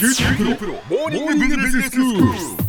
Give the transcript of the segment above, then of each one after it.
キューティープロモーニングビジネススクール。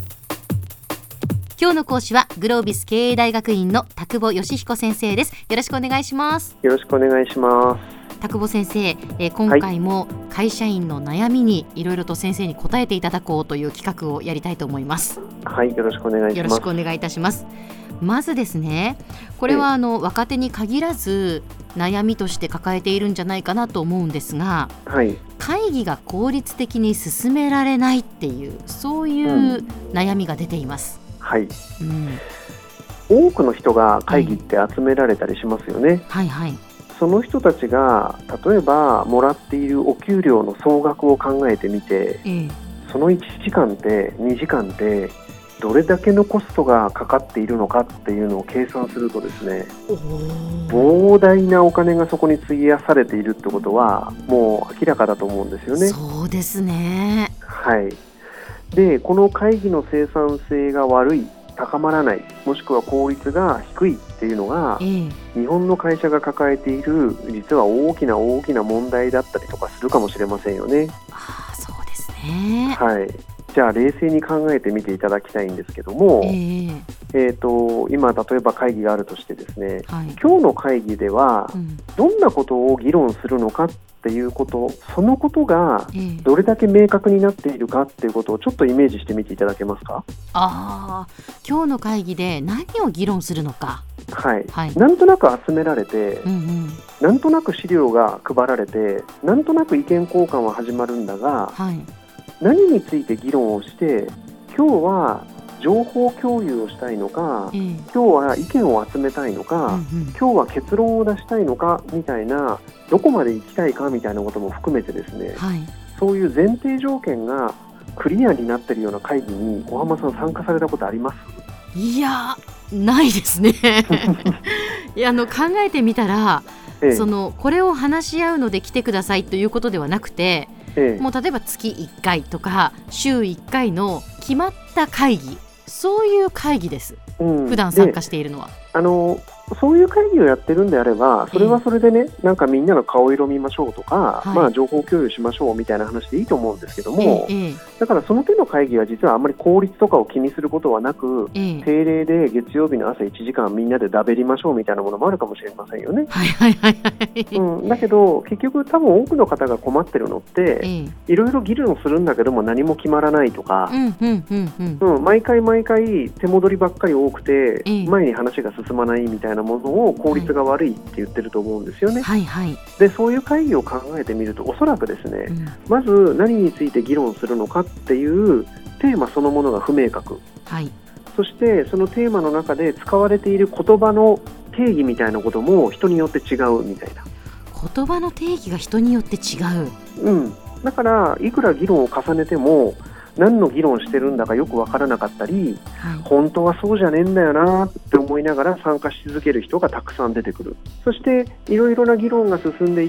今日の講師はグロービス経営大学院の田久保義彦先生です。よろしくお願いします。 よろしくお願いします。 田久保先生、今回も会社員の悩みにいろいろと先生に答えていただこうという企画をやりたいと思います。 はい、よろしくお願いします。 よろしくお願いいたします。まずですね、これは若手に限らず悩みとして抱えているんじゃないかなと思うんですが、 はい、 会議が効率的に進められないっていうそういう悩みが出ています。 はい、多くの人が会議って集められたりしますよね。 はいはい。 その人たちが例えばもらっているお給料の総額を考えてみて、その1時間で2時間でどれだけのコストがかかっているのかっていうのを計算するとですね、膨大なお金がそこに費やされているってことはもう明らかだと思うんですよね。 そうですね。 はい。で、この会議の生産性が悪い、高まらない、もしくは効率が低いっていうのが、日本の会社が抱えている実は大きな問題だったりとかするかもしれませんよね。 そうですね。 はい。じゃあ冷静に考えてみていただきたいんですけども、今例えば会議があるとしてですね、今日の会議ではどんなことを議論するのかっていうこと、そのことがどれだけ明確になっているかっていうことをちょっとイメージしてみていただけますか？ 今日の会議で何を議論するのか。 なんとなく集められて、なんとなく資料が配られて、なんとなく意見交換は始まるんだが、何について議論をして、今日は情報共有をしたいのか、今日は意見を集めたいのか、今日は結論を出したいのかみたいな、どこまで行きたいかみたいなことも含めてですね、そういう前提条件がクリアになっているような会議に小浜さん参加されたことあります？いや、ないですねいや、考えてみたら、これを話し合うので来てくださいということではなくて、もう例えば月1回とか週1回の決まった会議、そういう会議です、普段参加しているのは。 そういう会議をやってるんであれば、それはそれでね、なんかみんなの顔色見ましょうとか、情報共有しましょうみたいな話でいいと思うんですけども、だからその手の会議は実はあんまり効率とかを気にすることはなく、定例で月曜日の朝1時間みんなでだべりましょうみたいなものもあるかもしれませんよね。だけど結局多分多くの方が困ってるのって、いろいろ議論するんだけども何も決まらないとか、毎回手戻りばっかり多くて、前に話が進まないみたいなものを効率が悪いって言ってると思うんですよね。で、そういう会議を考えてみると、おそらくですね、まず何について議論するのかっていうテーマそのものが不明確、そしてそのテーマの中で使われている言葉の定義みたいなことも人によって違うみたいな。 言葉の定義が人によって違う、 だからいくら議論を重ねても何の議論してるんだかよくわからなかったり、本当はそうじゃねえんだよなって思いながら参加し続ける人がたくさん出てくる。そしていろいろな議論が進んでいって、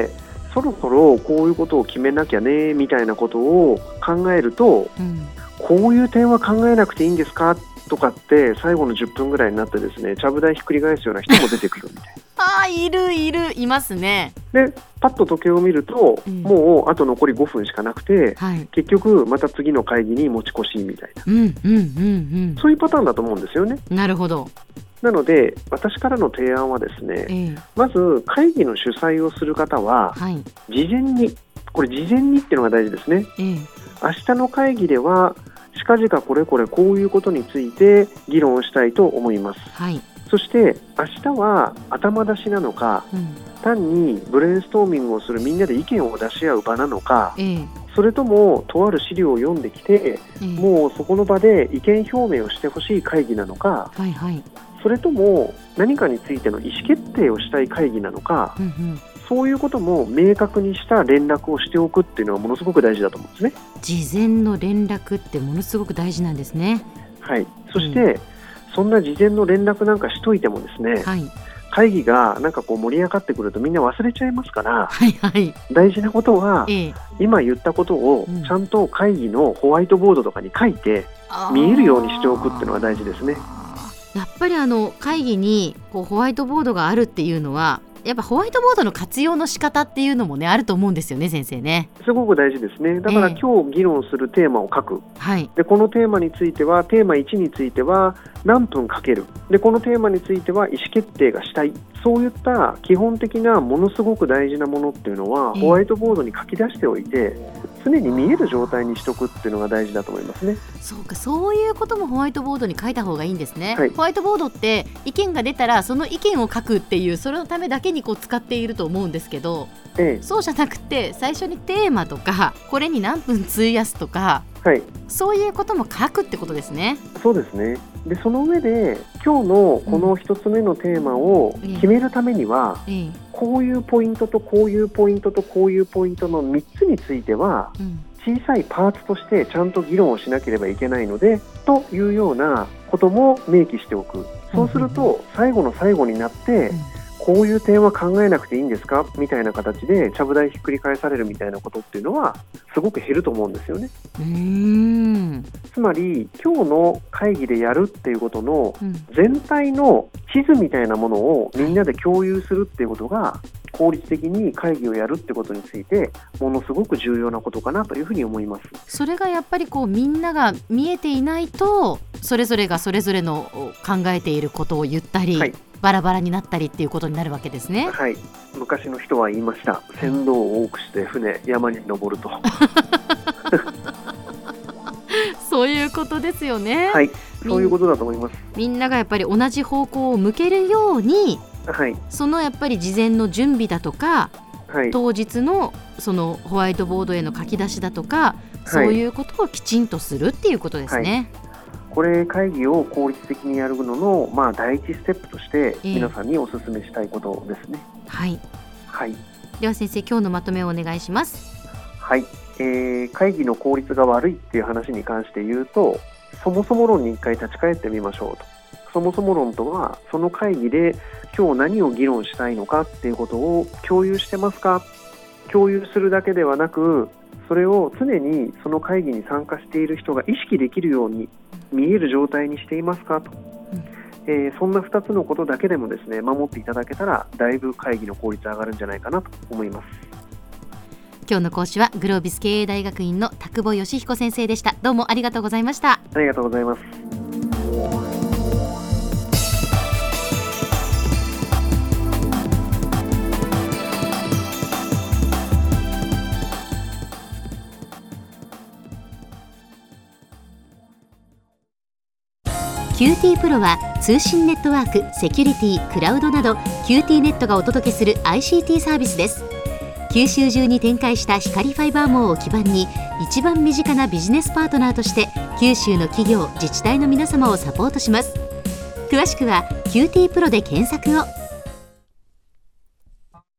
そろそろこういうことを決めなきゃねみたいなことを考えると、こういう点は考えなくていいんですかとかって最後の10分ぐらいになってですね、ちゃぶ台ひっくり返すような人も出てくるみたいないますね。 で、パッと時計を見ると、もうあと残り5分しかなくて、結局また次の会議に持ち越しみたいな、そういうパターンだと思うんですよね。 なるほど。 なので私からの提案はですね、まず会議の主催をする方は、事前にっていうのが大事ですね。明日の会議では近々こういうことについて議論をしたいと思います。そして明日は頭出しなのか、単にブレインストーミングをする、みんなで意見を出し合う場なのか、それともとある資料を読んできて、もうそこの場で意見表明をしてほしい会議なのか、それとも何かについての意思決定をしたい会議なのか、そういうことも明確にした連絡をしておくっていうのはものすごく大事だと思うんですね。 事前の連絡ってものすごく大事なんですね。 そして、そんな事前の連絡なんかしといてもですね、会議がなんかこう盛り上がってくるとみんな忘れちゃいますから、大事なことは、今言ったことをちゃんと会議のホワイトボードとかに書いて見えるようにしておくっていうのが大事ですね。 やっぱり会議にホワイトボードがあるっていうのはやっぱホワイトボードの活用の仕方っていうのもねあると思うんですよね先生ね。 すごく大事ですね。だから今日議論するテーマを書く、でこのテーマについてはテーマ1については何分かける、でこのテーマについては意思決定がしたい、そういった基本的なものすごく大事なものっていうのはホワイトボードに書き出しておいて常に見える状態にしとくっていうのが大事だと思いますね。 そうか、そういうこともホワイトボードに書いた方がいいんですね。ホワイトボードって意見が出たらその意見を書くっていうそれのためだけにこう使っていると思うんですけど、そうじゃなくて最初にテーマとかこれに何分費やすとか、そういうことも書くってことですね。 そうですね。でその上で今日のこの一つ目のテーマを決めるためには、こういうポイントとこういうポイントとこういうポイントの3つについては、小さいパーツとしてちゃんと議論をしなければいけないのでというようなことも明記しておく。そうすると最後の最後になって、こういう点は考えなくていいんですかみたいな形でちゃぶ台ひっくり返されるみたいなことっていうのはすごく減ると思うんですよね。つまり今日の会議でやるっていうことの全体の地図みたいなものをみんなで共有するっていうことが効率的に会議をやるってことについてものすごく重要なことかなというふうに思います。 それがやっぱりこうみんなが見えていないとそれぞれがそれぞれの考えていることを言ったり、バラバラになったりっていうことになるわけですね。 昔の人は言いました。船頭を多くして船山に登るとそういうことですよね。 そういうことだと思います。 みんながやっぱり同じ方向を向けるように、そのやっぱり事前の準備だとか、当日のそのホワイトボードへの書き出しだとか、そういうことをきちんとするっていうことですね。 これ会議を効率的にやるのの、第一ステップとして皆さんにお勧めしたいことですね。 では先生、今日のまとめをお願いします。 会議の効率が悪いっていう話に関して言うと、そもそも論に一回立ち返ってみましょうと。そもそも論とはその会議で今日何を議論したいのかっていうことを共有してますか。共有するだけではなく、それを常にその会議に参加している人が意識できるように見える状態にしていますかと、そんな2つのことだけでもですね守っていただけたらだいぶ会議の効率上がるんじゃないかなと思います。 今日の講師はグロービス経営大学院の田久保義彦先生でした。どうもありがとうございました。 ありがとうございます。 QT プロは通信ネットワーク、セキュリティ、クラウドなど QT ネットがお届けする ICT サービスです。九州中に展開した光ファイバー網を基盤に一番身近なビジネスパートナーとして九州の企業、自治体の皆様をサポートします。詳しくは QT プロで検索を。